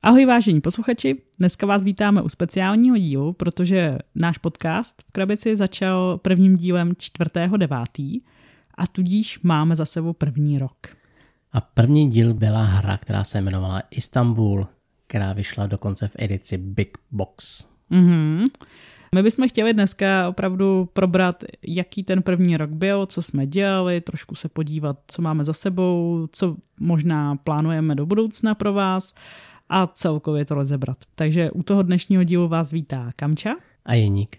Ahoj vážení posluchači, dneska vás vítáme u speciálního dílu, protože náš podcast v Krabici začal prvním dílem 4.9. a tudíž máme za sebou první rok. A první díl byla hra, která se jmenovala Istanbul, která vyšla dokonce v edici Big Box. My bychom chtěli dneska opravdu probrat, jaký ten první rok byl, co jsme dělali, trošku se podívat, co máme za sebou, co možná plánujeme do budoucna pro vás a celkově to rozebrat. Takže u toho dnešního dílu vás vítá Kamča a Jeník.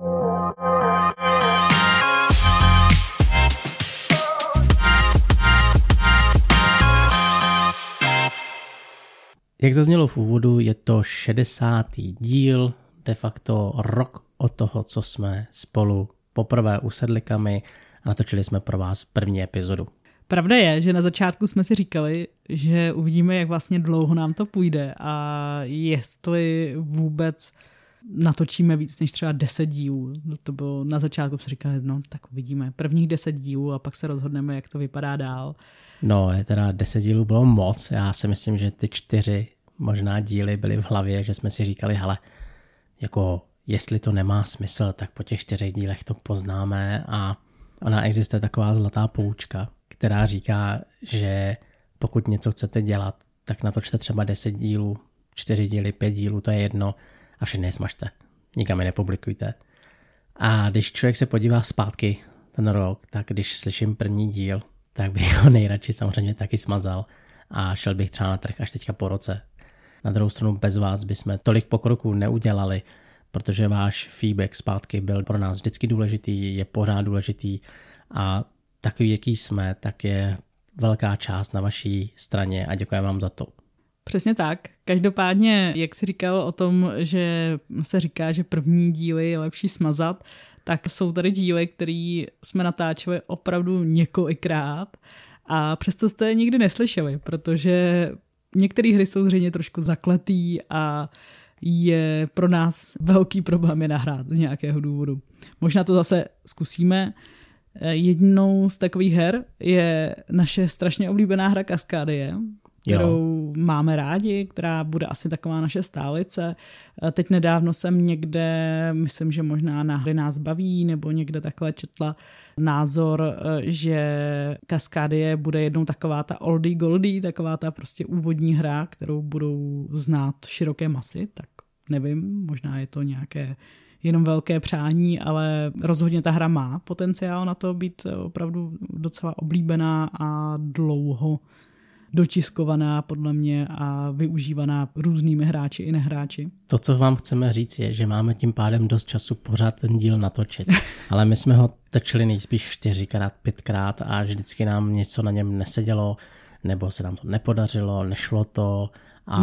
Jak zaznělo v úvodu, je to 60. díl, de facto rok od toho, co jsme spolu poprvé usedli Kami a natočili jsme pro vás první epizodu. Pravda je, že na začátku jsme si říkali, že uvidíme, jak vlastně dlouho nám to půjde a jestli vůbec natočíme víc než třeba 10 dílů. To bylo na začátku, si říkali, no tak uvidíme prvních 10 dílů a pak se rozhodneme, jak to vypadá dál. No, teda 10 dílů bylo moc. Já si myslím, že ty 4 možná díly byly v hlavě, že jsme si říkali, hele, jako jestli to nemá smysl, tak po těch 4 dílech to poznáme a ona existuje taková zlatá poučka, která říká, že pokud něco chcete dělat, tak natočte třeba 10 dílů, 4 díly, 5 dílů, to je jedno a všechny je smažte. Nikam je nepublikujte. A když člověk se podívá zpátky ten rok, tak když slyším první díl, tak bych ho nejradši samozřejmě taky smazal a šel bych třeba na trh až teďka po roce. Na druhou stranu bez vás bychom tolik pokroků neudělali, protože váš feedback zpátky byl pro nás vždycky důležitý, je pořád důležitý a takový, jaký jsme, tak je velká část na vaší straně a děkujeme vám za to. Přesně tak. Každopádně, jak jsi říkal o tom, že se říká, že první díly je lepší smazat, tak jsou tady díly, které jsme natáčeli opravdu několikrát a přesto jste je nikdy neslyšeli, protože některé hry jsou zřejmě trošku zakletý a je pro nás velký problém je nahrát z nějakého důvodu. Možná to zase zkusíme. Jednou z takových her je naše strašně oblíbená hra Kaskádie, kterou máme rádi, která bude asi taková naše stálice. Teď nedávno jsem někde, myslím, že možná na Hry nás baví, nebo někde takhle četla názor, že Kaskádie bude jednou taková ta oldie goldie, taková ta prostě úvodní hra, kterou budou znát široké masy, tak nevím, možná je to nějaké jenom velké přání, ale rozhodně ta hra má potenciál na to být opravdu docela oblíbená a dlouho dotiskovaná podle mě a využívaná různými hráči i nehráči. To, co vám chceme říct, je, že máme tím pádem dost času pořád ten díl natočit. Ale my jsme ho točili nejspíš 4x, 5x a vždycky nám něco na něm nesedělo, nebo se nám to nepodařilo, nešlo to. A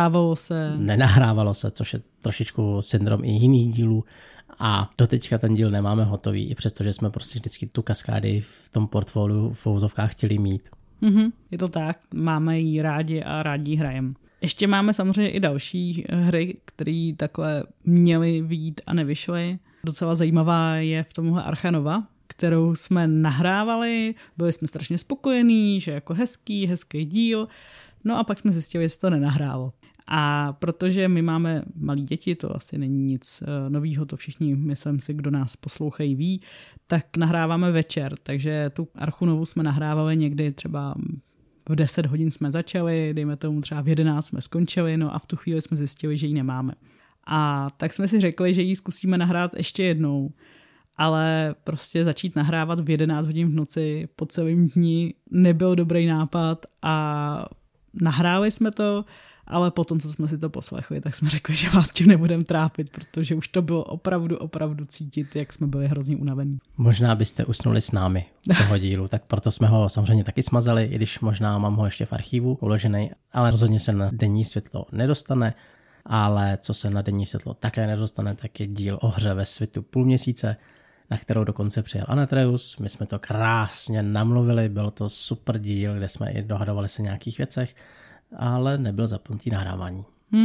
Nenahrávalo se, což je trošičku syndrom i jiných dílů. A doteďka ten díl nemáme hotový, i přestože jsme prostě vždycky tu Kaskádii v tom portfoliu v uvozovkách chtěli mít. Je to tak, máme ji rádi a rádi hrajem. Ještě máme samozřejmě i další hry, které takhle měly vyjít a nevyšly. Docela zajímavá je v tomhle Archanova, kterou jsme nahrávali, byli jsme strašně spokojení, že jako hezký díl, no a pak jsme zjistili, že se to nenahrálo. A protože my máme malí děti, to asi není nic novýho, to všichni, myslím si, kdo nás poslouchají, ví, tak nahráváme večer, takže tu Archunovu jsme nahrávali někdy třeba v 10 hodin jsme začali, dejme tomu třeba v 11 jsme skončili, no a v tu chvíli jsme zjistili, že ji nemáme. A tak jsme si řekli, že ji zkusíme nahrát ještě jednou, ale prostě začít nahrávat v 11 hodin v noci po celém dni nebyl dobrý nápad a nahráli jsme to, ale potom, co jsme si to poslechli, tak jsme řekli, že vás tím nebudeme trápit, protože už to bylo opravdu cítit, jak jsme byli hrozně unavení. Možná byste usnuli s námi toho dílu, tak proto jsme ho samozřejmě taky smazali, i když možná mám ho ještě v archivu uložený, ale rozhodně se na denní světlo nedostane, ale co se na denní světlo také nedostane, tak je díl o hře ve svitu půl měsíce, na kterou dokonce přijel Anatreus. My jsme to krásně namluvili, byl to super díl, kde jsme i dohadovali se nějakých věcech, ale nebyl zapnutý nahrávání.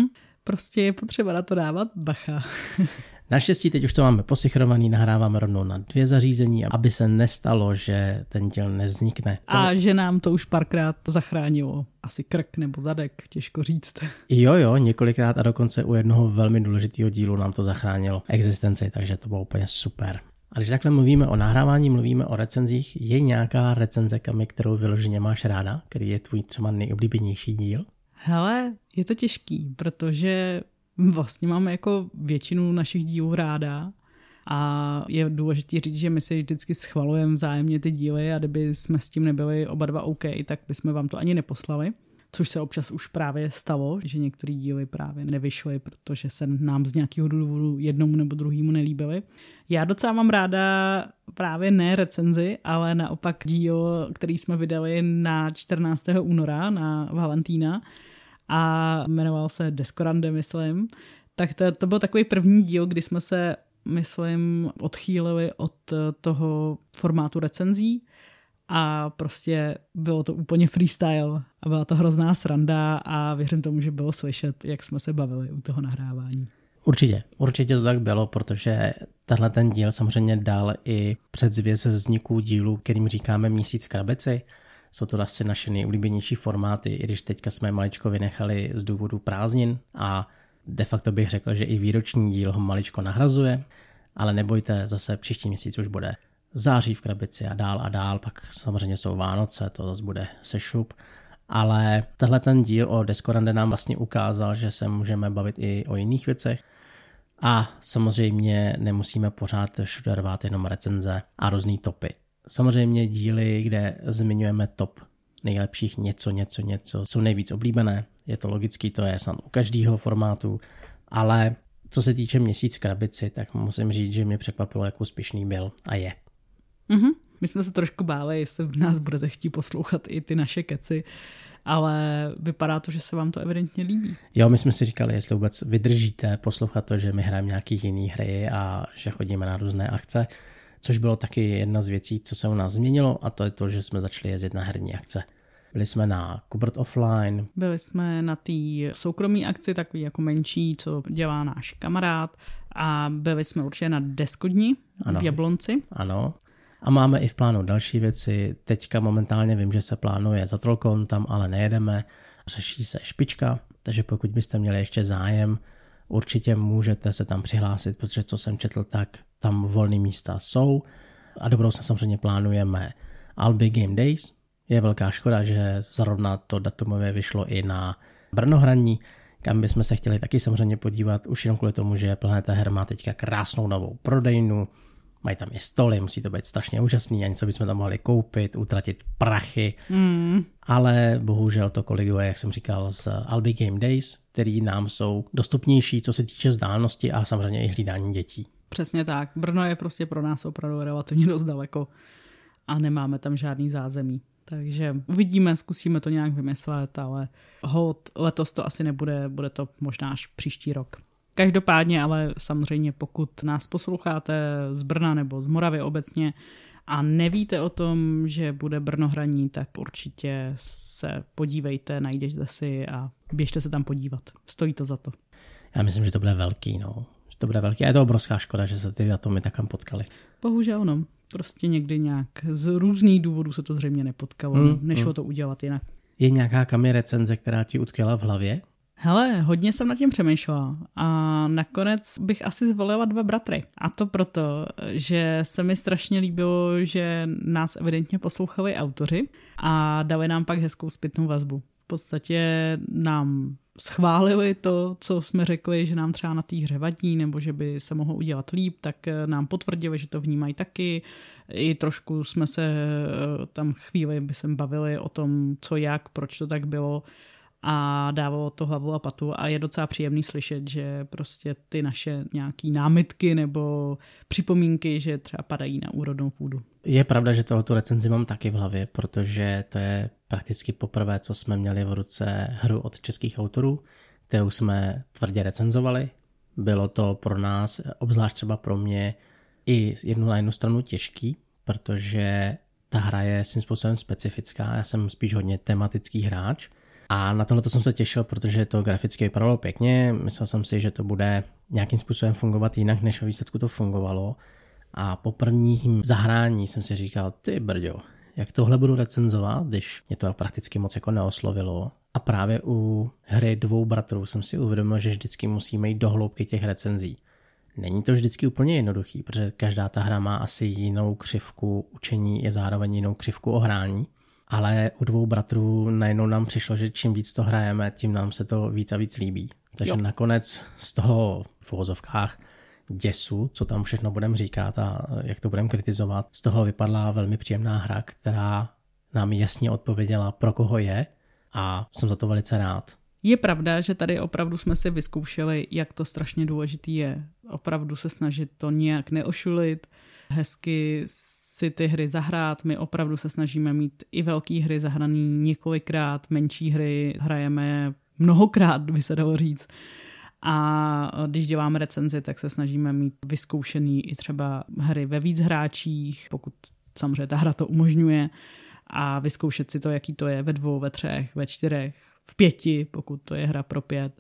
Prostě je potřeba na to dávat bacha. Naštěstí teď už to máme posichrovaný, nahráváme rovnou na 2 zařízení, aby se nestalo, že ten díl nevznikne. A že nám to už párkrát zachránilo asi krk nebo zadek, těžko říct. Jo, několikrát a dokonce u jednoho velmi důležitého dílu nám to zachránilo existenci, takže to bylo úplně super. A když takhle mluvíme o nahrávání, mluvíme o recenzích, je nějaká recenze, Kami, kterou vyloženě máš ráda, který je tvůj třeba nejoblíbenější díl? Hele, je to těžký, protože vlastně máme jako většinu našich dílů ráda a je důležité říct, že my si vždycky schvalujeme vzájemně ty díly a kdyby jsme s tím nebyli oba dva OK, tak bychom vám to ani neposlali. Což se občas už právě stalo, že některé díly právě nevyšly, protože se nám z nějakého důvodu jednomu nebo druhému nelíbily. Já docela mám ráda právě ne recenzi, ale naopak díl, který jsme vydali na 14. února na Valentína a jmenoval se Deskorande, myslím. Tak to byl takový první díl, kdy jsme se, myslím, odchýlili od toho formátu recenzí a prostě bylo to úplně freestyle a byla to hrozná sranda a věřím tomu, že bylo slyšet, jak jsme se bavili u toho nahrávání. Určitě to tak bylo, protože tahle ten díl samozřejmě dal i předzvěst vzniku dílu, kterým říkáme Měsíc krabici. Jsou to asi naše nejoblíbenější formáty, i když teďka jsme maličko vynechali z důvodu prázdnin a de facto bych řekl, že i výroční díl ho maličko nahrazuje, ale nebojte, zase příští měsíc už bude září v krabici a dál, pak samozřejmě jsou Vánoce, to zase bude sešup, ale tenhle ten díl o Deskorande nám vlastně ukázal, že se můžeme bavit i o jiných věcech a samozřejmě nemusíme pořád všude rvát jenom recenze a různý topy. Samozřejmě díly, kde zmiňujeme top nejlepších něco, jsou nejvíc oblíbené, je to logický, to je snad u každého formátu, ale co se týče Měsíc krabici, tak musím říct, že mě překvapilo, jak úspěšný byl a je. My jsme se trošku báli, jestli nás budete chtít poslouchat i ty naše keci, ale vypadá to, že se vám to evidentně líbí. Jo, my jsme si říkali, jestli vůbec vydržíte poslouchat to, že my hrajeme nějaký jiný hry a že chodíme na různé akce, což bylo taky jedna z věcí, co se u nás změnilo a to je to, že jsme začali jezdit na herní akce. Byli jsme na Kubert Offline. Byli jsme na té soukromé akci, takový jako menší, co dělá náš kamarád a byli jsme určitě na Deskodni v Jablonci. Ano. A máme i v plánu další věci. Teďka momentálně vím, že se plánuje za Trollcon, tam ale nejedeme. Řeší se špička, takže pokud byste měli ještě zájem, určitě můžete se tam přihlásit, protože co jsem četl, tak tam volné místa jsou. A do budoucna samozřejmě plánujeme Albi Game Days. Je velká škoda, že zrovna to datumově vyšlo i na Brnohraní, kam bychom se chtěli taky samozřejmě podívat, už jenom kvůli tomu, že Planeta her má teďka krásnou novou prodejnu, mají tam i stoly, musí to být strašně úžasný a něco bychom tam mohli koupit, utratit prachy, ale bohužel to koleguje, jak jsem říkal, z Albi Game Days, který nám jsou dostupnější, co se týče vzdálenosti a samozřejmě i hlídání dětí. Přesně tak, Brno je prostě pro nás opravdu relativně dost daleko a nemáme tam žádný zázemí. Takže uvidíme, zkusíme to nějak vymyslet, ale letos to asi nebude, bude to možná až příští rok. Každopádně, ale samozřejmě pokud nás posloucháte z Brna nebo z Moravy obecně a nevíte o tom, že bude Brnohraní, tak určitě se podívejte, najděte si a běžte se tam podívat. Stojí to za to. Já myslím, že to bude velký, Že to bude velký a je to obrovská škoda, že se ty datumy takam potkali. Bohužel, Prostě někdy nějak z různých důvodů se to zřejmě nepotkalo, nešlo to udělat jinak. Je nějaká Kami recenze, která ti utkvěla v hlavě? Hele, hodně jsem nad tím přemýšlela a nakonec bych asi zvolila 2 bratry. A to proto, že se mi strašně líbilo, že nás evidentně poslouchali autoři a dali nám pak hezkou zpětnou vazbu. V podstatě nám schválili to, co jsme řekli, že nám třeba na té hře vadí, nebo že by se mohlo udělat líp, tak nám potvrdili, že to vnímají taky. I trošku jsme se tam chvíli bavili o tom, co jak, proč to tak bylo a dávalo to hlavu a patu a je docela příjemný slyšet, že prostě ty naše nějaký námitky nebo připomínky, že třeba padají na úrodnou půdu. Je pravda, že tohoto recenzi mám taky v hlavě, protože to je prakticky poprvé, co jsme měli v ruce hru od českých autorů, kterou jsme tvrdě recenzovali. Bylo to pro nás, obzvlášť třeba pro mě, i na jednu stranu těžký, protože ta hra je svým způsobem specifická, já jsem spíš hodně tematický hráč A na tohle jsem se těšil, protože to graficky vypadalo pěkně. Myslel jsem si, že to bude nějakým způsobem fungovat jinak, než ve výsledku to fungovalo. A po prvním zahrání jsem si říkal, ty brďo, jak tohle budu recenzovat, když mě to prakticky moc jako neoslovilo. A právě u hry Dvou bratrů jsem si uvědomil, že vždycky musíme jít do hloubky těch recenzí. Není to vždycky úplně jednoduchý, protože každá ta hra má asi jinou křivku učení, je zároveň jinou křivku ohrání. Ale u Dvou bratrů najednou nám přišlo, že čím víc to hrajeme, tím nám se to víc a víc líbí. Takže nakonec z toho v uvozovkách děsu, co tam všechno budeme říkat a jak to budeme kritizovat, z toho vypadla velmi příjemná hra, která nám jasně odpověděla, pro koho je, a jsem za to velice rád. Je pravda, že tady opravdu jsme si vyzkoušeli, jak to strašně důležitý je. Opravdu se snažit to nějak neošulit, hezky si ty hry zahrát. My opravdu se snažíme mít i velké hry zahraný několikrát, menší hry hrajeme mnohokrát, by se dalo říct. A když děláme recenzi, tak se snažíme mít vyzkoušený i třeba hry ve víc hráčích, pokud samozřejmě ta hra to umožňuje, a vyzkoušet si to, jaký to je ve 2, ve 3, ve 4, v 5, pokud to je hra pro 5.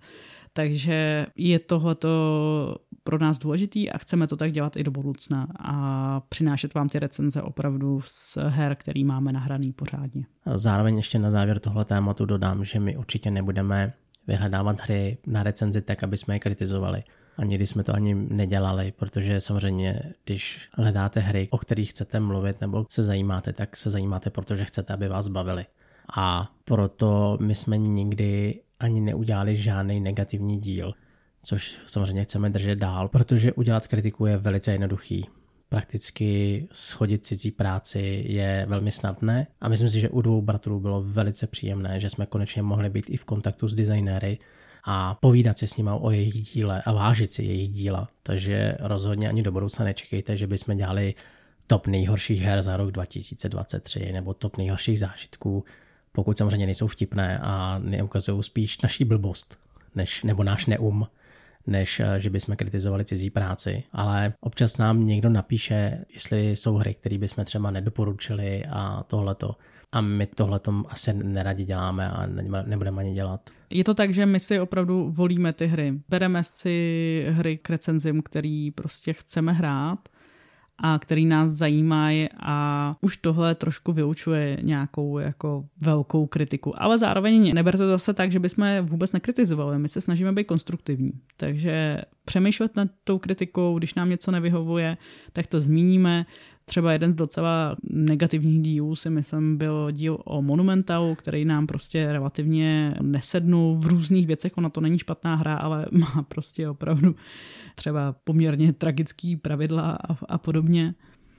Takže je tohleto pro nás důležitý a chceme to tak dělat i do budoucna a přinášet vám ty recenze opravdu z her, který máme nahraný pořádně. A zároveň ještě na závěr tohle tématu dodám, že my určitě nebudeme vyhledávat hry na recenzi tak, aby jsme je kritizovali. A nikdy jsme to ani nedělali, protože samozřejmě, když hledáte hry, o kterých chcete mluvit nebo se zajímáte, tak se zajímáte, protože chcete, aby vás bavili. A proto my jsme nikdy ani neudělali žádný negativní díl, což samozřejmě chceme držet dál, protože udělat kritiku je velice jednoduchý. Prakticky shodit cizí práci je velmi snadné a myslím si, že u Dvou bratrů bylo velice příjemné, že jsme konečně mohli být i v kontaktu s designéry a povídat si s nimi o jejich díle a vážit si jejich díla. Takže rozhodně ani do budoucna nečekejte, že bychom dělali top nejhorších her za rok 2023 nebo top nejhorších zážitků, pokud samozřejmě nejsou vtipné a neukazují spíš naší blbost nebo náš neum, než že bychom kritizovali cizí práci. Ale občas nám někdo napíše, jestli jsou hry, které bychom třeba nedoporučili a tohleto. A my tohleto asi neradi děláme a nebudeme ani dělat. Je to tak, že my si opravdu volíme ty hry. Bereme si hry k recenzím, který prostě chceme hrát a který nás zajímají, a už tohle trošku vylučuje nějakou jako velkou kritiku. Ale zároveň neberte to zase tak, že bychom vůbec nekritizovali. My se snažíme být konstruktivní. Takže přemýšlet nad tou kritikou, když nám něco nevyhovuje, tak to zmíníme. Třeba jeden z docela negativních dílů si myslím byl díl o Monumentalu, který nám prostě relativně nesednul v různých věcech. Ona to není špatná hra, ale má prostě opravdu třeba poměrně tragický pravidla a podobně.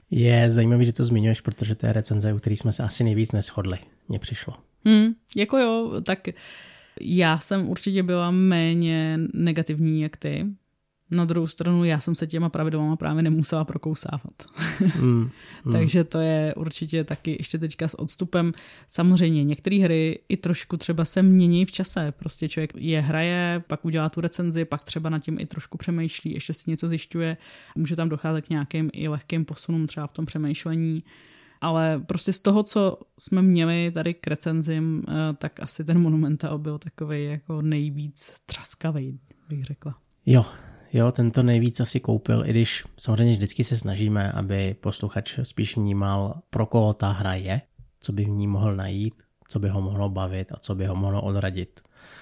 Je zajímavý, že to zmiňuješ, protože to je recenze, u který jsme se asi nejvíc neshodli. Mně přišlo. Jako jo, tak já jsem určitě byla méně negativní jak ty. Na druhou stranu já jsem se těma pravidlama právě nemusela prokousávat. Takže to je určitě taky ještě teďka s odstupem. Samozřejmě některé hry i trošku třeba se mění v čase. Prostě člověk je hraje, pak udělá tu recenzi, pak třeba nad tím i trošku přemýšlí, ještě si něco zjišťuje. Může tam docházet k nějakým i lehkým posunům třeba v tom přemýšlení. Ale prostě z toho, co jsme měli tady k recenzím, tak asi ten Monumental byl takovej jako nejvíc třaskavej, bych řekla. Jo, tento nejvíc asi koupil, i když samozřejmě vždycky se snažíme, aby posluchač spíš vnímal, pro koho ta hra je, co by v ní mohl najít, co by ho mohlo bavit a co by ho mohlo odradit.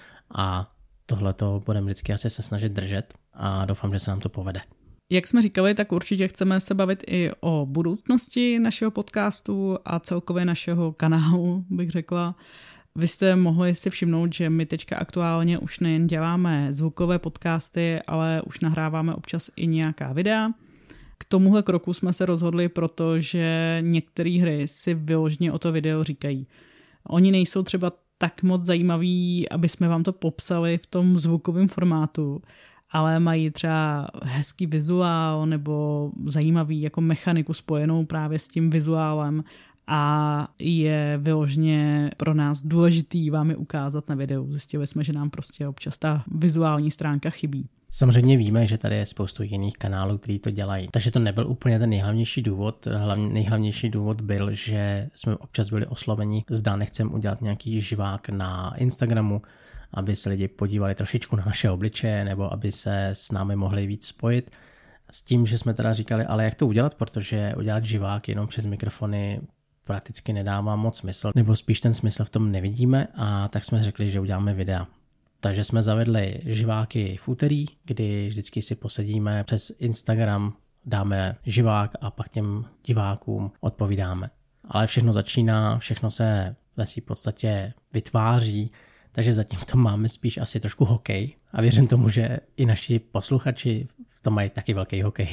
A tohleto budeme vždycky asi se snažit držet a doufám, že se nám to povede. Jak jsme říkali, tak určitě chceme se bavit i o budoucnosti našeho podcastu a celkově našeho kanálu, bych řekla. Vy jste mohli si všimnout, že my teďka aktuálně už nejen děláme zvukové podcasty, ale už nahráváme občas i nějaká videa. K tomuhle kroku jsme se rozhodli, protože některé hry si vyloženě o to video říkají. Oni nejsou třeba tak moc zajímaví, aby jsme vám to popsali v tom zvukovém formátu, ale mají třeba hezký vizuál nebo zajímavý jako mechaniku spojenou právě s tím vizuálem a je vyloženě pro nás důležitý vám je ukázat na videu. Zjistili jsme, že nám prostě občas ta vizuální stránka chybí. Samozřejmě víme, že tady je spoustu jiných kanálů, který to dělají. Takže to nebyl úplně ten nejhlavnější důvod. Nejhlavnější důvod byl, že jsme občas byli osloveni, zda nechceme udělat nějaký živák na Instagramu, aby se lidi podívali trošičku na naše obličeje, nebo aby se s námi mohli víc spojit. S tím, že jsme teda říkali, ale jak to udělat, protože udělat živák jenom přes mikrofony prakticky nedává moc smysl, nebo spíš ten smysl v tom nevidíme, a tak jsme řekli, že uděláme videa. Takže jsme zavedli živáky v úterý, kdy vždycky si posedíme přes Instagram, dáme živák a pak těm divákům odpovídáme. Ale všechno začíná, všechno se ve své podstatě vytváří, takže zatím to máme spíš asi trošku hokej a věřím tomu, že i naši posluchači v tom mají taky velký hokej.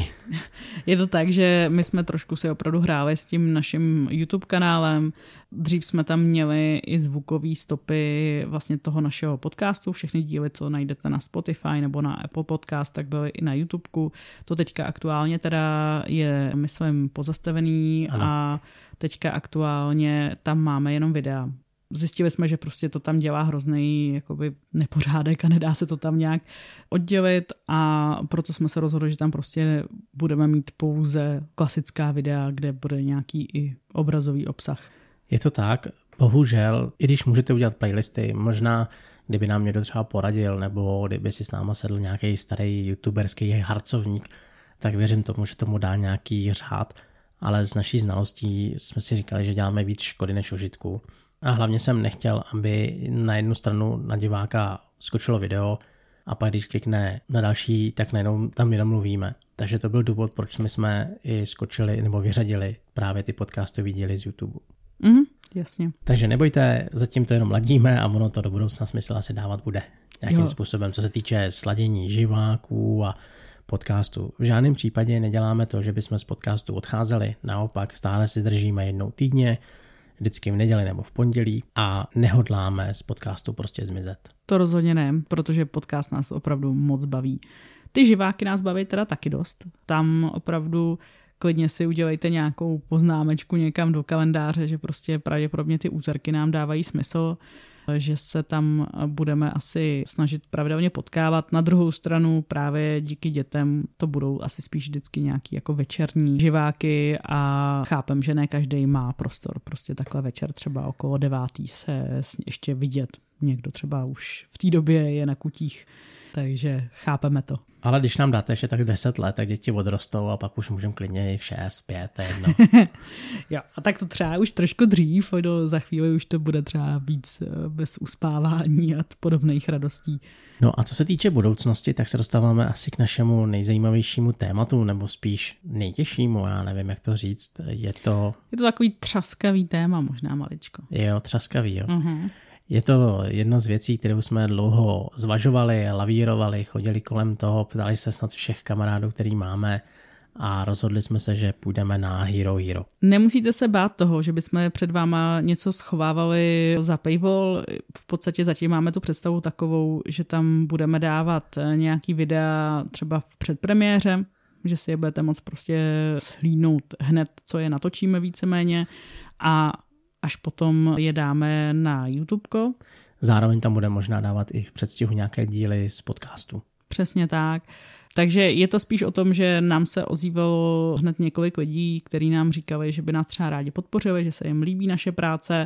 Je to tak, že my jsme trošku si opravdu hráli s tím naším YouTube kanálem. Dřív jsme tam měli i zvukové stopy vlastně toho našeho podcastu. Všechny díly, co najdete na Spotify nebo na Apple Podcast, tak byly i na YouTubeku. To teďka aktuálně teda je, myslím, pozastavený. Ano. A teďka aktuálně tam máme jenom videa. Zjistili jsme, že prostě to tam dělá hrozný jakoby nepořádek a nedá se to tam nějak oddělit, a proto jsme se rozhodli, že tam prostě budeme mít pouze klasická videa, kde bude nějaký i obrazový obsah. Je to tak, bohužel, i když můžete udělat playlisty, možná kdyby nám někdo třeba poradil, nebo kdyby si s náma sedl nějaký starý youtuberský harcovník, tak věřím tomu, že tomu dá nějaký řád, ale z naší znalostí jsme si říkali, že děláme víc škody než užitku. A hlavně jsem nechtěl, aby na jednu stranu na diváka skočilo video a pak když klikne na další, tak najednou tam jenom mluvíme. Takže to byl důvod, proč jsme i skočili nebo vyřadili právě ty podcastové díly z YouTube. Jasně. Takže nebojte, zatím to jenom ladíme a ono to do budoucna smysl asi dávat bude nějakým způsobem, co se týče sladění živáků a podcastu. V žádném případě neděláme to, že bychom z podcastu odcházeli, naopak stále si držíme jednou týdně, vždycky v neděli nebo v pondělí, a nehodláme z podcastu prostě zmizet. To rozhodně ne, protože podcast nás opravdu moc baví. Ty živáky nás baví teda taky dost. Tam opravdu klidně si udělejte nějakou poznámečku někam do kalendáře, že prostě pravděpodobně ty úterky nám dávají smysl, že se tam budeme asi snažit pravidelně potkávat. Na druhou stranu právě díky dětem to budou asi spíš vždycky nějaký jako večerní živáky a chápem, že ne každý má prostor. Prostě takhle večer třeba okolo 9 se ještě vidět. Někdo třeba už v té době je na kutích, takže chápeme to. Ale když nám dáte ještě tak 10 let, tak děti odrostou a pak už můžeme klidně i v 6, 5, to je jedno. Jo, a tak to třeba už trošku dřív, za chvíli už to bude třeba víc bez uspávání a podobných radostí. No a co se týče budoucnosti, tak se dostáváme asi k našemu nejzajímavějšímu tématu, nebo spíš nejtěžšímu, já nevím, jak to říct. Je to takový třaskavý téma, možná maličko. Jo, třaskavý, jo. Uh-huh. Je to jedna z věcí, kterou jsme dlouho zvažovali, lavírovali, chodili kolem toho, ptali se snad všech kamarádů, který máme, a rozhodli jsme se, že půjdeme na Hero Hero. Nemusíte se bát toho, že bychom před váma něco schovávali za paywall. V podstatě zatím máme tu představu takovou, že tam budeme dávat nějaký videa třeba v předpremiéře, že si je budete moct prostě shlídnout hned, co je natočíme víceméně, a až potom je dáme na YouTubeko. Zároveň tam bude možná dávat i v předstihu nějaké díly z podcastu. Přesně tak. Takže je to spíš o tom, že nám se ozývalo hned několik lidí, kteří nám říkali, že by nás třeba rádi podpořili, že se jim líbí naše práce,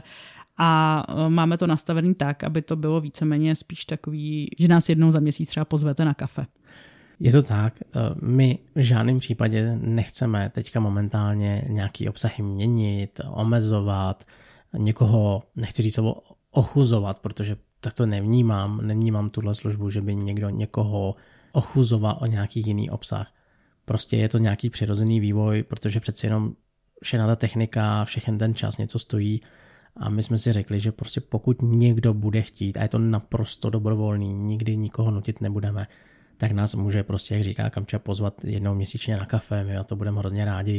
a máme to nastavený tak, aby to bylo víceméně spíš takový, že nás jednou za měsíc třeba pozvete na kafe. Je to tak, my v žádném případě nechceme teďka momentálně nějaký obsahy měnit, omezovat, někoho, nechci říct ochuzovat, protože tak to nevnímám tuhle službu, že by někdo někoho ochuzoval o nějaký jiný obsah. Prostě je to nějaký přirozený vývoj, protože přeci jenom všechna ta technika, všechen ten čas něco stojí, a my jsme si řekli, že prostě pokud někdo bude chtít, a je to naprosto dobrovolný, nikdy nikoho nutit nebudeme, tak nás může prostě, jak říká Kamča, pozvat jednou měsíčně na kafe, my to budeme hrozně rádi,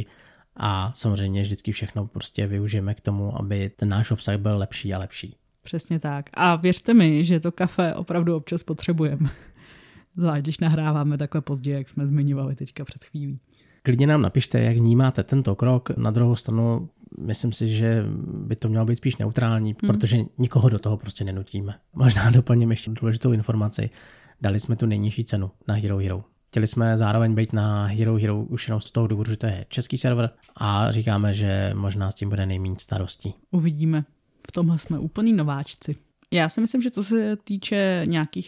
a samozřejmě vždycky všechno prostě využijeme k tomu, aby ten náš obsah byl lepší a lepší. Přesně tak. A věřte mi, že to kafe opravdu občas potřebujeme. Zvlášť, když nahráváme takhle pozdě, jak jsme zmiňovali teďka před chvílí. Klidně nám napište, jak vnímáte tento krok. Na druhou stranu myslím si, že by to mělo být spíš neutrální, protože nikoho do toho prostě nenutíme. Možná doplním ještě důležitou informaci. Dali jsme tu nejnižší cenu na Hero Hero. Chtěli jsme zároveň být na Hero Hero už jenom z toho důvodu, že to je český server a říkáme, že možná s tím bude nejméně starostí. Uvidíme. V tomhle jsme úplný nováčci. Já si myslím, že co se týče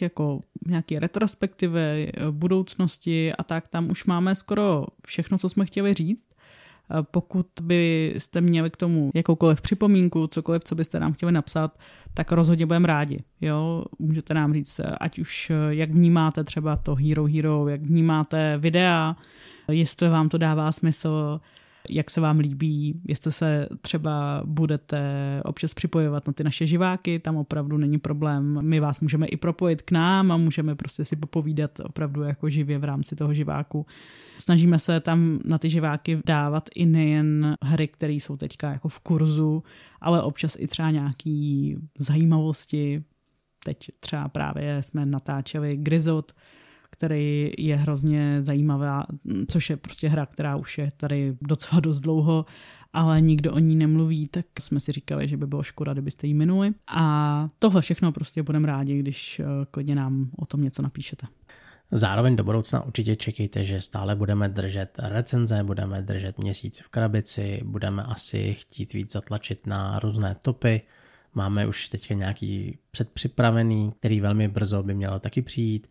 nějaké retrospektivy, budoucnosti a tak, tam už máme skoro všechno, co jsme chtěli říct. Pokud byste měli k tomu jakoukoliv připomínku, cokoliv, co byste nám chtěli napsat, tak rozhodně budeme rádi. Jo? Můžete nám říct, ať už jak vnímáte třeba to Hero Hero, jak vnímáte videa, jestli vám to dává smysl, jak se vám líbí, jestli se třeba budete občas připojovat na ty naše živáky, tam opravdu není problém. My vás můžeme i propojit k nám a můžeme prostě si popovídat opravdu jako živě v rámci toho živáku. Snažíme se tam na ty živáky dávat i nejen hry, které jsou teďka jako v kurzu, ale občas i třeba nějaký zajímavosti. Teď třeba právě jsme natáčeli Grizzled, který je hrozně zajímavá, což je prostě hra, která už je tady docela dost dlouho, ale nikdo o ní nemluví, tak jsme si říkali, že by bylo škoda, kdybyste ji minuli. A tohle všechno prostě budeme rádi, když klidně nám o tom něco napíšete. Zároveň do budoucna určitě čekejte, že stále budeme držet recenze, budeme držet měsíc v krabici, budeme asi chtít víc zatlačit na různé topy. Máme už teď nějaký předpřipravený, který velmi brzo by měl taky přijít.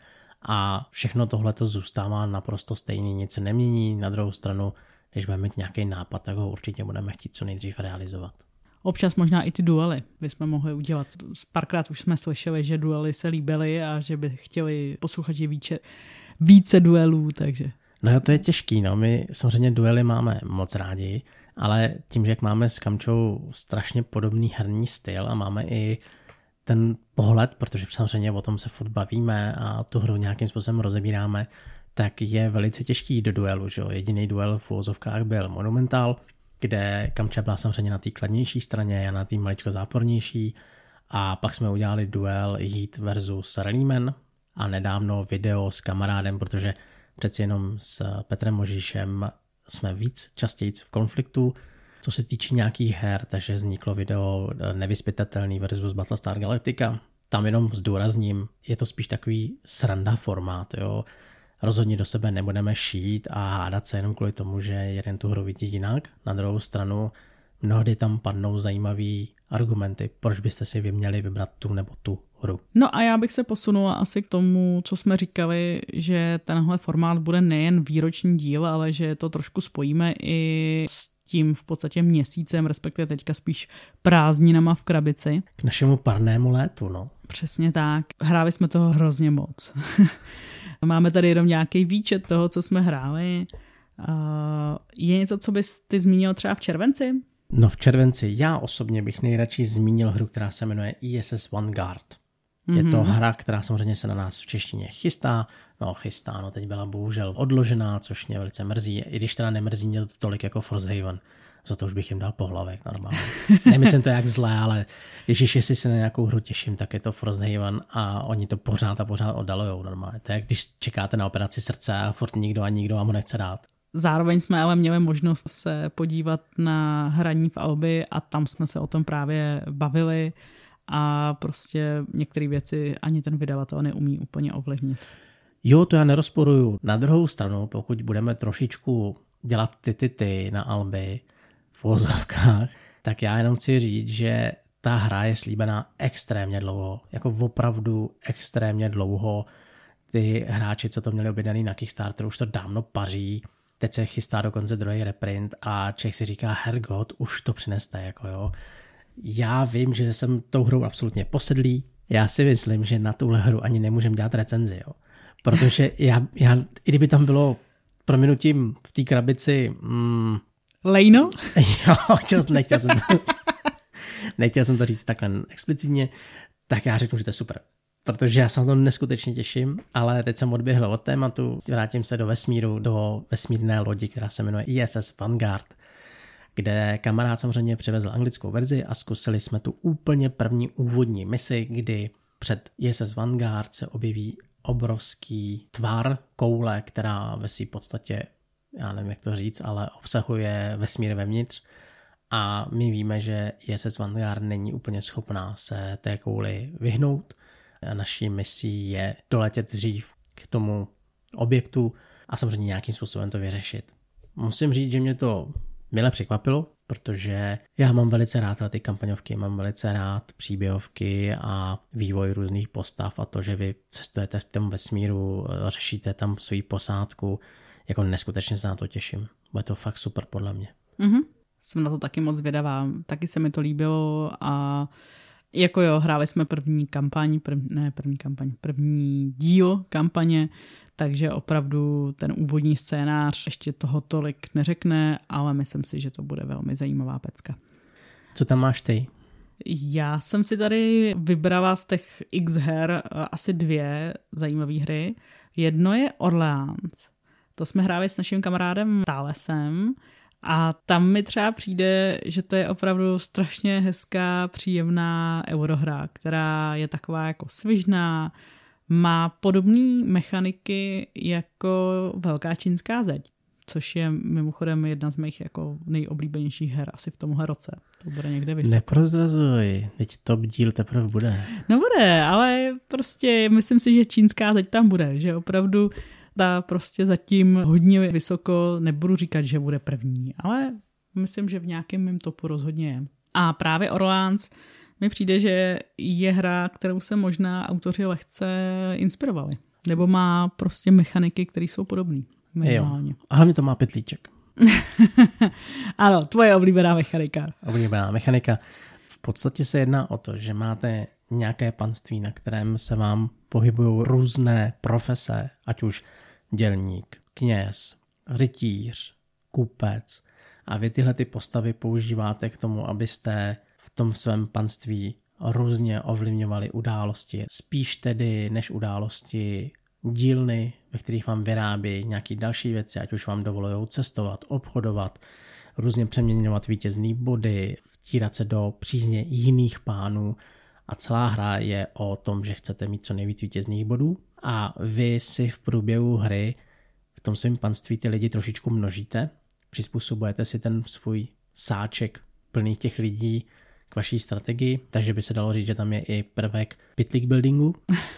A všechno tohle to zůstává naprosto stejný, nic se nemění. Na druhou stranu, když budeme mít nějaký nápad, tak ho určitě budeme chtít co nejdřív realizovat. Občas možná i ty duely bychom mohli udělat. Párkrát už jsme slyšeli, že duely se líbily a že by chtěli posluchači více duelů, takže... No to je těžký, no. My samozřejmě duely máme moc rádi, ale tím, že jak máme s Kamčou strašně podobný herní styl a máme i ten pohled, protože samozřejmě o tom se furt bavíme a tu hru nějakým způsobem rozebíráme, tak je velice těžký do duelu. Že? Jediný duel v uvozovkách byl Monumental, kde Kamča byla samozřejmě na té kladnější straně, já na té maličko zápornější, a pak jsme udělali duel Heat versus Rallyman a nedávno video s kamarádem, protože přeci jenom s Petrem Možíšem jsme častěji v konfliktu, co se týče nějakých her, takže vzniklo video Nevyzpytatelný versus Battlestar Galactica. Tam jenom zdůrazním, je to spíš takový sranda formát, jo. Rozhodně do sebe nebudeme šít a hádat se jenom kvůli tomu, že jeden tu hru vidí jinak. Na druhou stranu mnohdy tam padnou zajímavý argumenty, proč byste si vy měli vybrat tu nebo tu hru. No a já bych se posunula asi k tomu, co jsme říkali, že tenhle formát bude nejen výroční díl, ale že to trošku spojíme i s tím v podstatě měsícem, respektive teďka spíš prázdninama v krabici. K našemu parnému létu, no. Přesně tak. Hráli jsme toho hrozně moc. Máme tady jenom nějaký výčet toho, co jsme hráli. Je něco, co bys ty zmínil třeba v červenci? No v červenci já osobně bych nejradši zmínil hru, která se jmenuje ISS Vanguard. Je to hra, která samozřejmě se na nás v češtině chystá, teď byla bohužel odložená, což mě velice mrzí, i když teda nemrzí mě to tolik jako Frosthaven, za to už bych jim dal pohlavek normálně. Nemyslím to jak zlé, ale jestli se na nějakou hru těším, tak je to Frosthaven a oni to pořád oddalujou normálně. To je jak když čekáte na operaci srdce a furt nikdo vám ho nechce dát. Zároveň jsme ale měli možnost se podívat na hraní v Albi a tam jsme se o tom právě bavili a prostě některé věci ani ten vydavatel neumí úplně ovlivnit. Jo, to já nerozporuju. Na druhou stranu, pokud budeme trošičku dělat ty na Albi v uvozovkách, tak já jenom chci říct, že ta hra je slíbená extrémně dlouho. Jako opravdu extrémně dlouho. Ty hráči, co to měli objednaný na Kickstarteru, už to dávno paří. Teď se chystá dokonce druhý reprint a Čech si říká, hergot, už to přineste, jako jo. Já vím, že jsem tou hrou absolutně posedlý. Já si myslím, že na tuhle hru ani nemůžem dělat recenzi, jo. Protože já i kdyby tam bylo prominutím v té krabici... Lejno? Jo, nechtěl jsem to říct takhle explicitně, tak já řeknu, že to je super. Protože já se na to neskutečně těším, ale teď jsem odběhl od tématu, vrátím se do vesmíru, do vesmírné lodi, která se jmenuje ISS Vanguard, kde kamarád samozřejmě přivezl anglickou verzi a zkusili jsme tu úplně první úvodní misi, kdy před ISS Vanguard se objeví obrovský tvar koule, která ve své podstatě, já nevím jak to říct, ale obsahuje vesmír vevnitř a my víme, že ISS Vanguard není úplně schopná se té kouli vyhnout. Naší misí je doletět dřív k tomu objektu a samozřejmě nějakým způsobem to vyřešit. Musím říct, že mě to mile překvapilo, protože já mám velice rád ty kampaňovky, mám velice rád příběhovky a vývoj různých postav a to, že vy cestujete v tom vesmíru, řešíte tam svou posádku, jako neskutečně se na to těším. Bude to fakt super podle mě. Jsem na to taky moc zvědavá, taky se mi to líbilo a jako jo, hráli jsme první díl kampaně, takže opravdu ten úvodní scénář ještě toho tolik neřekne, ale myslím si, že to bude velmi zajímavá pecka. Co tam máš ty? Já jsem si tady vybrala z těch X her asi 2 zajímavé hry. Jedno je Orleans. To jsme hráli s naším kamarádem Tálesem a tam mi třeba přijde, že to je opravdu strašně hezká, příjemná eurohra, která je taková jako svižná, má podobné mechaniky jako Velká čínská zeď, což je mimochodem jedna z mých jako nejoblíbenějších her asi v tomhle roce. To bude někde vysoko. Neprozrazuj, teď top díl teprve bude. No bude, ale prostě myslím si, že čínská zeď tam bude, že opravdu ta prostě zatím hodně vysoko, nebudu říkat, že bude první, ale myslím, že v nějakém mém topu rozhodně je. A právě Orleans mi přijde, že je hra, kterou se možná autoři lehce inspirovali. Nebo má prostě mechaniky, které jsou podobné. Minimálně. A hlavně to má pytlíček. Ano, tvoje oblíbená mechanika. Oblíbená mechanika. V podstatě se jedná o to, že máte nějaké panství, na kterém se vám pohybují různé profese, ať už dělník, kněz, rytíř, kupec. A vy tyhle ty postavy používáte k tomu, abyste v tom svém panství různě ovlivňovali události. Spíš tedy než události dílny, ve kterých vám vyrábí nějaké další věci, ať už vám dovolují cestovat, obchodovat, různě přeměňovat vítězný body, vtírat se do přízně jiných pánů a celá hra je o tom, že chcete mít co nejvíc vítězných bodů a vy si v průběhu hry v tom svém panství ty lidi trošičku množíte, přizpůsobujete si ten svůj sáček plný těch lidí k vaší strategii, takže by se dalo říct, že tam je i prvek pytlík buildingu.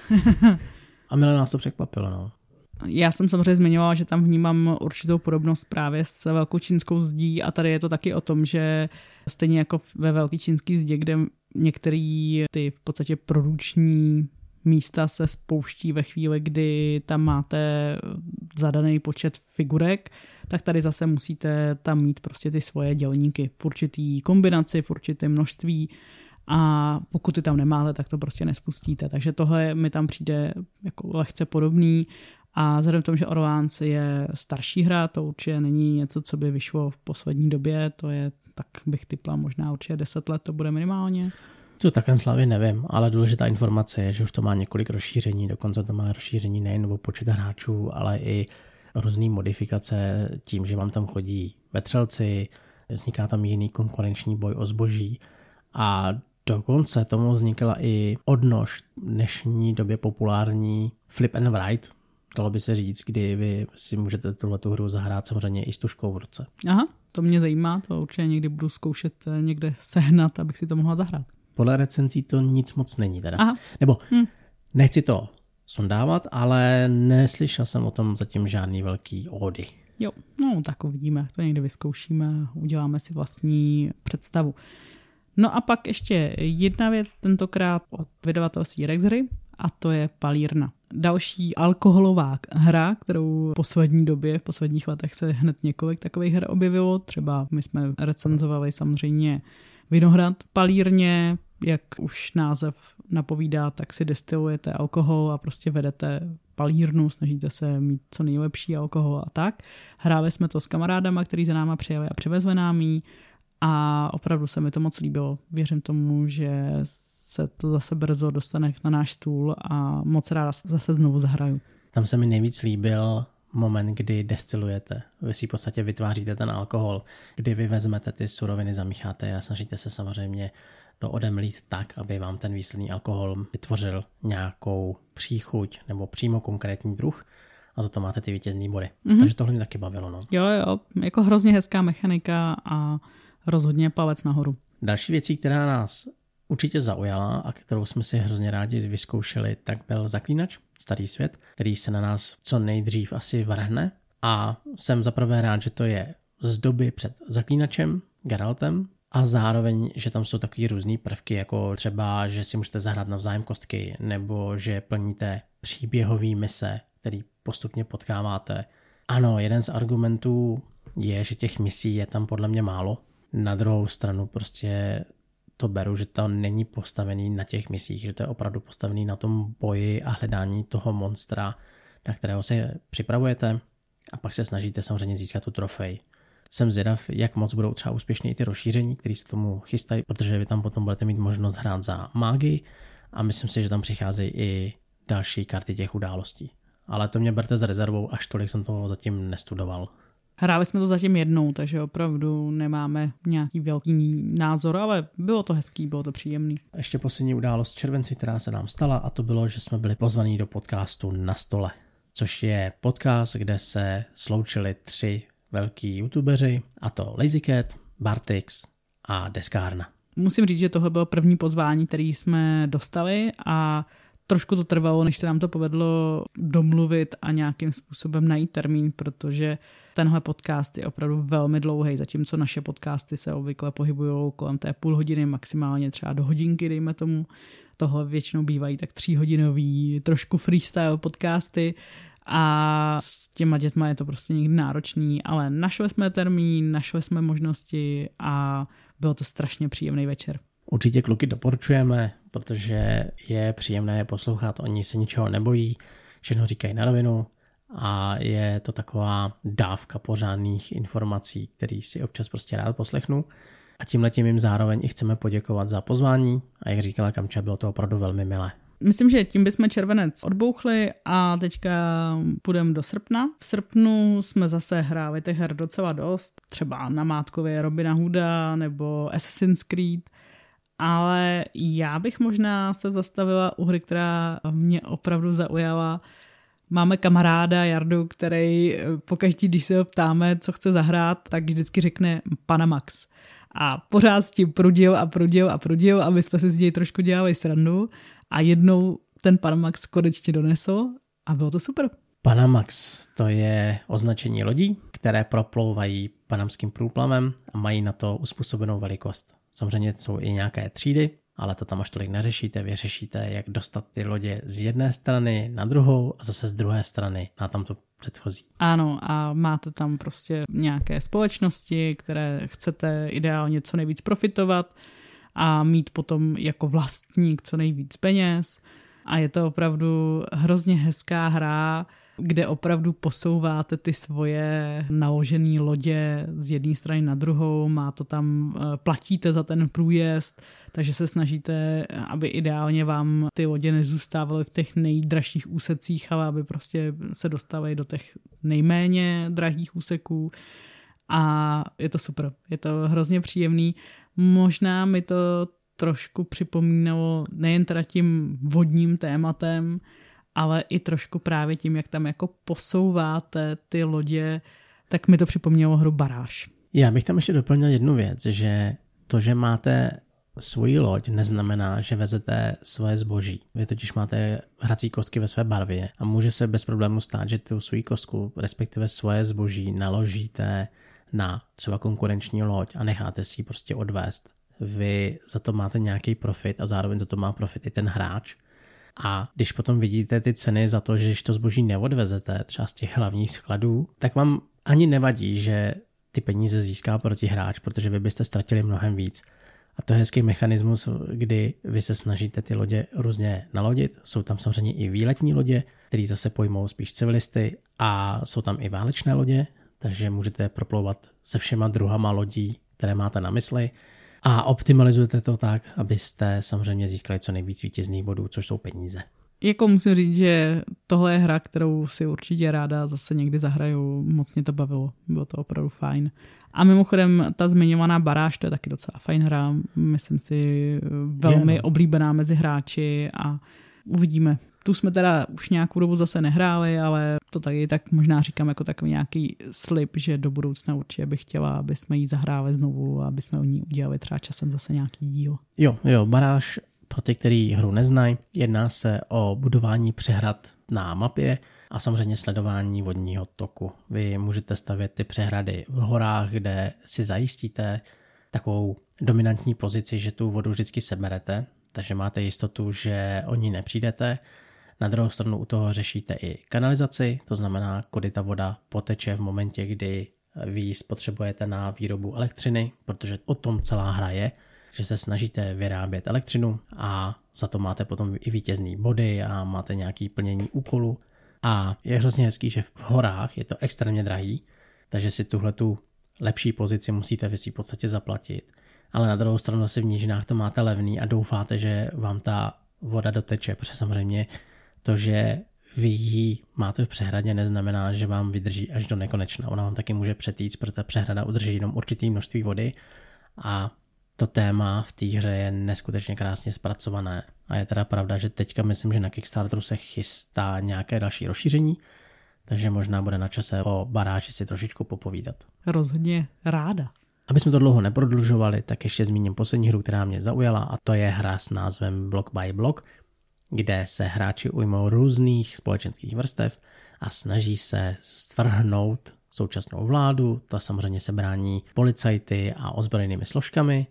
A mile nás to překvapilo, no. Já jsem samozřejmě zmiňovala, že tam vnímám určitou podobnost právě s Velkou čínskou zdí a tady je to taky o tom, že stejně jako ve Velké čínské zdě, kde některé ty v podstatě produkční místa se spouští ve chvíli, kdy tam máte zadaný počet figurek, tak tady zase musíte tam mít prostě ty svoje dělníky v určitý kombinaci, v určitém množství a pokud ty tam nemáte, tak to prostě nespustíte. Takže tohle mi tam přijde jako lehce podobný a vzhledem k tomu, že Orleans je starší hra, to určitě není něco, co by vyšlo v poslední době, to je, tak bych tipla, možná určitě 10 let to bude minimálně. To tak slavě nevím, ale důležitá informace je, že už to má několik rozšíření, dokonce to má rozšíření nejen o počet hráčů, ale i různé modifikace tím, že vám tam chodí vetřelci, vzniká tam jiný konkurenční boj o zboží a dokonce tomu vznikla i odnož dnešní době populární flip and write, dalo by se říct, kdy vy si můžete tuhletu hru zahrát samozřejmě i s tužkou v ruce. Aha, to mě zajímá, to určitě někdy budu zkoušet někde sehnat, abych si to mohla zahrát. Podle recenzí to nic moc není teda. Aha. Nebo nechci to sundávat, ale neslyšel jsem o tom zatím žádný velký ódy. Jo, no tak uvidíme, to někdy vyzkoušíme, uděláme si vlastní představu. No a pak ještě jedna věc, tentokrát od vydavatelství Rexhry, a to je Palírna. Další alkoholová hra, kterou v poslední době, v posledních letech se hned několik takových her objevilo. Třeba my jsme recenzovali samozřejmě Vinohrad. Palírně, jak už název napovídá, tak si destilujete alkohol a prostě vedete palírnu, snažíte se mít co nejlepší alkohol a tak. Hráli jsme to s kamarádama, který za náma přijeli a přivezli nám ji. A opravdu se mi to moc líbilo. Věřím tomu, že se to zase brzo dostane na náš stůl a moc ráda zase znovu zahraju. Tam se mi nejvíc líbil moment, kdy destilujete. Vy si v podstatě vytváříte ten alkohol, kdy vy vezmete ty suroviny, zamícháte a snažíte se samozřejmě to odemlít tak, aby vám ten výsledný alkohol vytvořil nějakou příchuť nebo přímo konkrétní druh a za to máte ty vítězný body. Takže tohle mě taky bavilo. No. Jo, jako hrozně hezká mechanika a rozhodně palec nahoru. Další věcí, která nás určitě zaujala a kterou jsme si hrozně rádi vyzkoušeli, tak byl Zaklínač, Starý svět, který se na nás co nejdřív asi vrhne. A jsem zaprvé rád, že to je z doby před Zaklínačem, Geraltem, a zároveň, že tam jsou takový různý prvky, jako třeba, že si můžete zahrát navzájem kostky, nebo že plníte příběhový mise, který postupně potkáváte. Ano, jeden z argumentů je, že těch misí je tam podle mě málo. Na druhou stranu prostě to beru, že to není postavený na těch misích, že to je opravdu postavený na tom boji a hledání toho monstra, na kterého se připravujete a pak se snažíte samozřejmě získat tu trofej. Jsem zvědav, jak moc budou třeba úspěšné ty rozšíření, které se tomu chystají, protože vy tam potom budete mít možnost hrát za mágii a myslím si, že tam přicházejí i další karty těch událostí. Ale to mě berte s rezervou, až tolik jsem toho zatím nestudoval. Hráli jsme to zatím jednou, takže opravdu nemáme nějaký velký názor, ale bylo to hezký, bylo to příjemný. Ještě poslední událost v červenci, která se nám stala, a to bylo, že jsme byli pozvaní do podcastu Na stole, což je podcast, kde se sloučili 3 velký youtubeři, a to LazyCat, Bartix a Deskárna. Musím říct, že tohle bylo první pozvání, který jsme dostali a trošku to trvalo, než se nám to povedlo domluvit a nějakým způsobem najít termín, protože tenhle podcast je opravdu velmi dlouhý, zatímco naše podcasty se obvykle pohybují kolem té půl hodiny, maximálně třeba do hodinky, dejme tomu. Tohle většinou bývají tak 3hodinový, trošku freestyle podcasty a s těma dětma je to prostě někdy náročný, ale našli jsme termín, našli jsme možnosti a byl to strašně příjemný večer. Určitě kluky doporučujeme, protože je příjemné je poslouchat, oni se ničeho nebojí, všechno říkají na rovinu a je to taková dávka pořádných informací, který si občas prostě rád poslechnu. A tímhletím jim zároveň i chceme poděkovat za pozvání a jak říkala Kamča, bylo to opravdu velmi milé. Myslím, že tím bychom červenec odbouchli a teďka půjdeme do srpna. V srpnu jsme zase hráli těch her docela dost, třeba na Mátkově Robina Hooda nebo Assassin's Creed, ale já bych možná se zastavila u hry, která mě opravdu zaujala. Máme kamaráda Jardu, který pokaždý, když se ho ptáme, co chce zahrát, tak vždycky řekne Panamax. A pořád s tím prudil, aby jsme si z něj trošku dělali srandu. A jednou ten Panamax konečně donesl a bylo to super. Panamax, to je označení lodí, které proplouvají panamským průplavem a mají na to uspůsobenou velikost. Samozřejmě jsou i nějaké třídy, ale to tam až tolik neřešíte. Vy řešíte, jak dostat ty lodě z jedné strany na druhou a zase z druhé strany na tamto předchozí. Ano, a máte tam prostě nějaké společnosti, které chcete ideálně co nejvíc profitovat a mít potom jako vlastník co nejvíc peněz. A je to opravdu hrozně hezká hra, kde opravdu posouváte ty svoje naložené lodě z jedné strany na druhou, má to tam, platíte za ten průjezd, takže se snažíte, aby ideálně vám ty lodě nezůstávaly v těch nejdražších úsecích, ale aby prostě se dostaly do těch nejméně drahých úseků. A je to super, je to hrozně příjemný. Možná mi to trošku připomínalo nejen teda tím vodním tématem, ale i trošku právě tím, jak tam jako posouváte ty lodě, tak mi to připomnělo hru Baráž. Já bych tam ještě doplnil jednu věc, že to, že máte svoji loď, neznamená, že vezete svoje zboží. Vy totiž máte hrací kostky ve své barvě a může se bez problému stát, že tu svoji kostku, respektive svoje zboží, naložíte na třeba konkurenční loď a necháte si ji prostě odvést. Vy za to máte nějaký profit a zároveň za to má profit i ten hráč. A když potom vidíte ty ceny za to, že když to zboží neodvezete třeba z těch hlavních skladů, tak vám ani nevadí, že ty peníze získá protihráč, protože vy byste ztratili mnohem víc. A to je hezký mechanismus, kdy vy se snažíte ty lodě různě nalodit. Jsou tam samozřejmě i výletní lodě, které zase pojmou spíš civilisty a jsou tam i válečné lodě, takže můžete proplouvat se všema druhama lodí, které máte na mysli. A optimalizujete to tak, abyste samozřejmě získali co nejvíc vítězných bodů, což jsou peníze. Jako musím říct, že tohle je hra, kterou si určitě ráda zase někdy zahraju, moc mě to bavilo, bylo to opravdu fajn. A mimochodem ta zmiňovaná Baráž, to je taky docela fajn hra, myslím si velmi oblíbená mezi hráči a uvidíme. Tu jsme teda už nějakou dobu zase nehráli, ale to taky tak možná říkám jako takový nějaký slib, že do budoucna určitě bych chtěla, aby jsme ji zahrávali znovu a aby jsme o ní udělali třeba časem zase nějaký díl. Jo, baráž, pro ty, který hru neznají, jedná se o budování přehrad na mapě a samozřejmě sledování vodního toku. Vy můžete stavět ty přehrady v horách, kde si zajistíte takovou dominantní pozici, že tu vodu vždycky seberete, takže máte jistotu, že o ní nepřijdete. Na druhou stranu u toho řešíte i kanalizaci, to znamená, kudy ta voda poteče v momentě, kdy vy ji spotřebujete na výrobu elektřiny, protože o tom celá hra je, že se snažíte vyrábět elektřinu a za to máte potom i vítězný body a máte nějaké plnění úkolu. A je hrozně hezký, že v horách je to extrémně drahý, takže si tuhletu lepší pozici musíte vy si v podstatě zaplatit. Ale na druhou stranu zase v nížinách to máte levný a doufáte, že vám ta voda doteče, protože samozřejmě to, že vy ji máte v přehradě, neznamená, že vám vydrží až do nekonečna. Ona vám taky může přetýct, protože ta přehrada udrží jenom určitý množství vody a to téma v té hře je neskutečně krásně zpracované. A je teda pravda, že teďka myslím, že na Kickstarteru se chystá nějaké další rozšíření, takže možná bude na čase o baráži si trošičku popovídat. Rozhodně ráda. Aby jsme to dlouho neprodlužovali, tak ještě zmíním poslední hru, která mě zaujala, a to je hra s názvem Block by Block, kde se hráči ujmou různých společenských vrstev a snaží se stvrhnout současnou vládu. To samozřejmě se brání policajty a ozbrojenými složkami,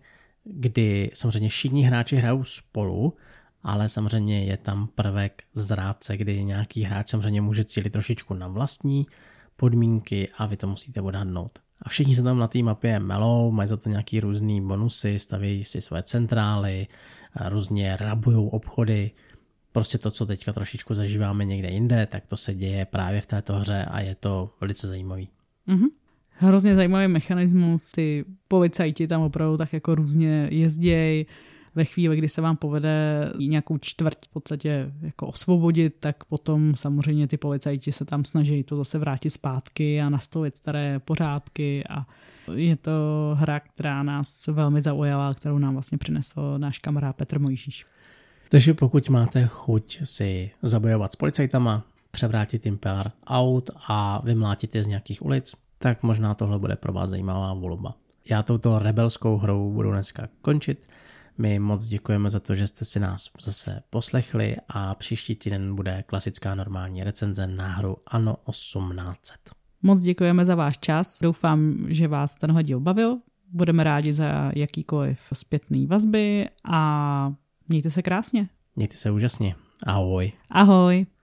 kdy samozřejmě všichni hráči hrajou spolu, ale samozřejmě je tam prvek zrádce, kdy nějaký hráč samozřejmě může cílit trošičku na vlastní podmínky a vy to musíte odhadnout. A všichni se tam na té mapě melou, mají za to nějaký různý bonusy, staví si své centrály, různě rabujou obchody. Prostě to, co teďka trošičku zažíváme někde jinde, tak to se děje právě v této hře a je to velice zajímavý. Mm-hmm. Hrozně zajímavý mechanismus, ty policajti tam opravdu tak jako různě jezdějí. Ve chvíli, kdy se vám povede nějakou čtvrť v podstatě jako osvobodit, tak potom samozřejmě ty policajti se tam snaží to zase vrátit zpátky a nastolit staré pořádky a je to hra, která nás velmi zaujala, kterou nám vlastně přinesl náš kamarád Petr Mojžíš. Takže pokud máte chuť si zabojovat s policajtama, převrátit jim pár aut a vymlátit je z nějakých ulic, tak možná tohle bude pro vás zajímavá volba. Já touto rebelskou hrou budu dneska končit. My moc děkujeme za to, že jste si nás zase poslechli a příští týden bude klasická normální recenze na hru Anno 1800. Moc děkujeme za váš čas. Doufám, že vás tenhle díl bavil. Budeme rádi za jakýkoliv zpětný vazby a mějte se krásně. Mějte se úžasně. Ahoj. Ahoj.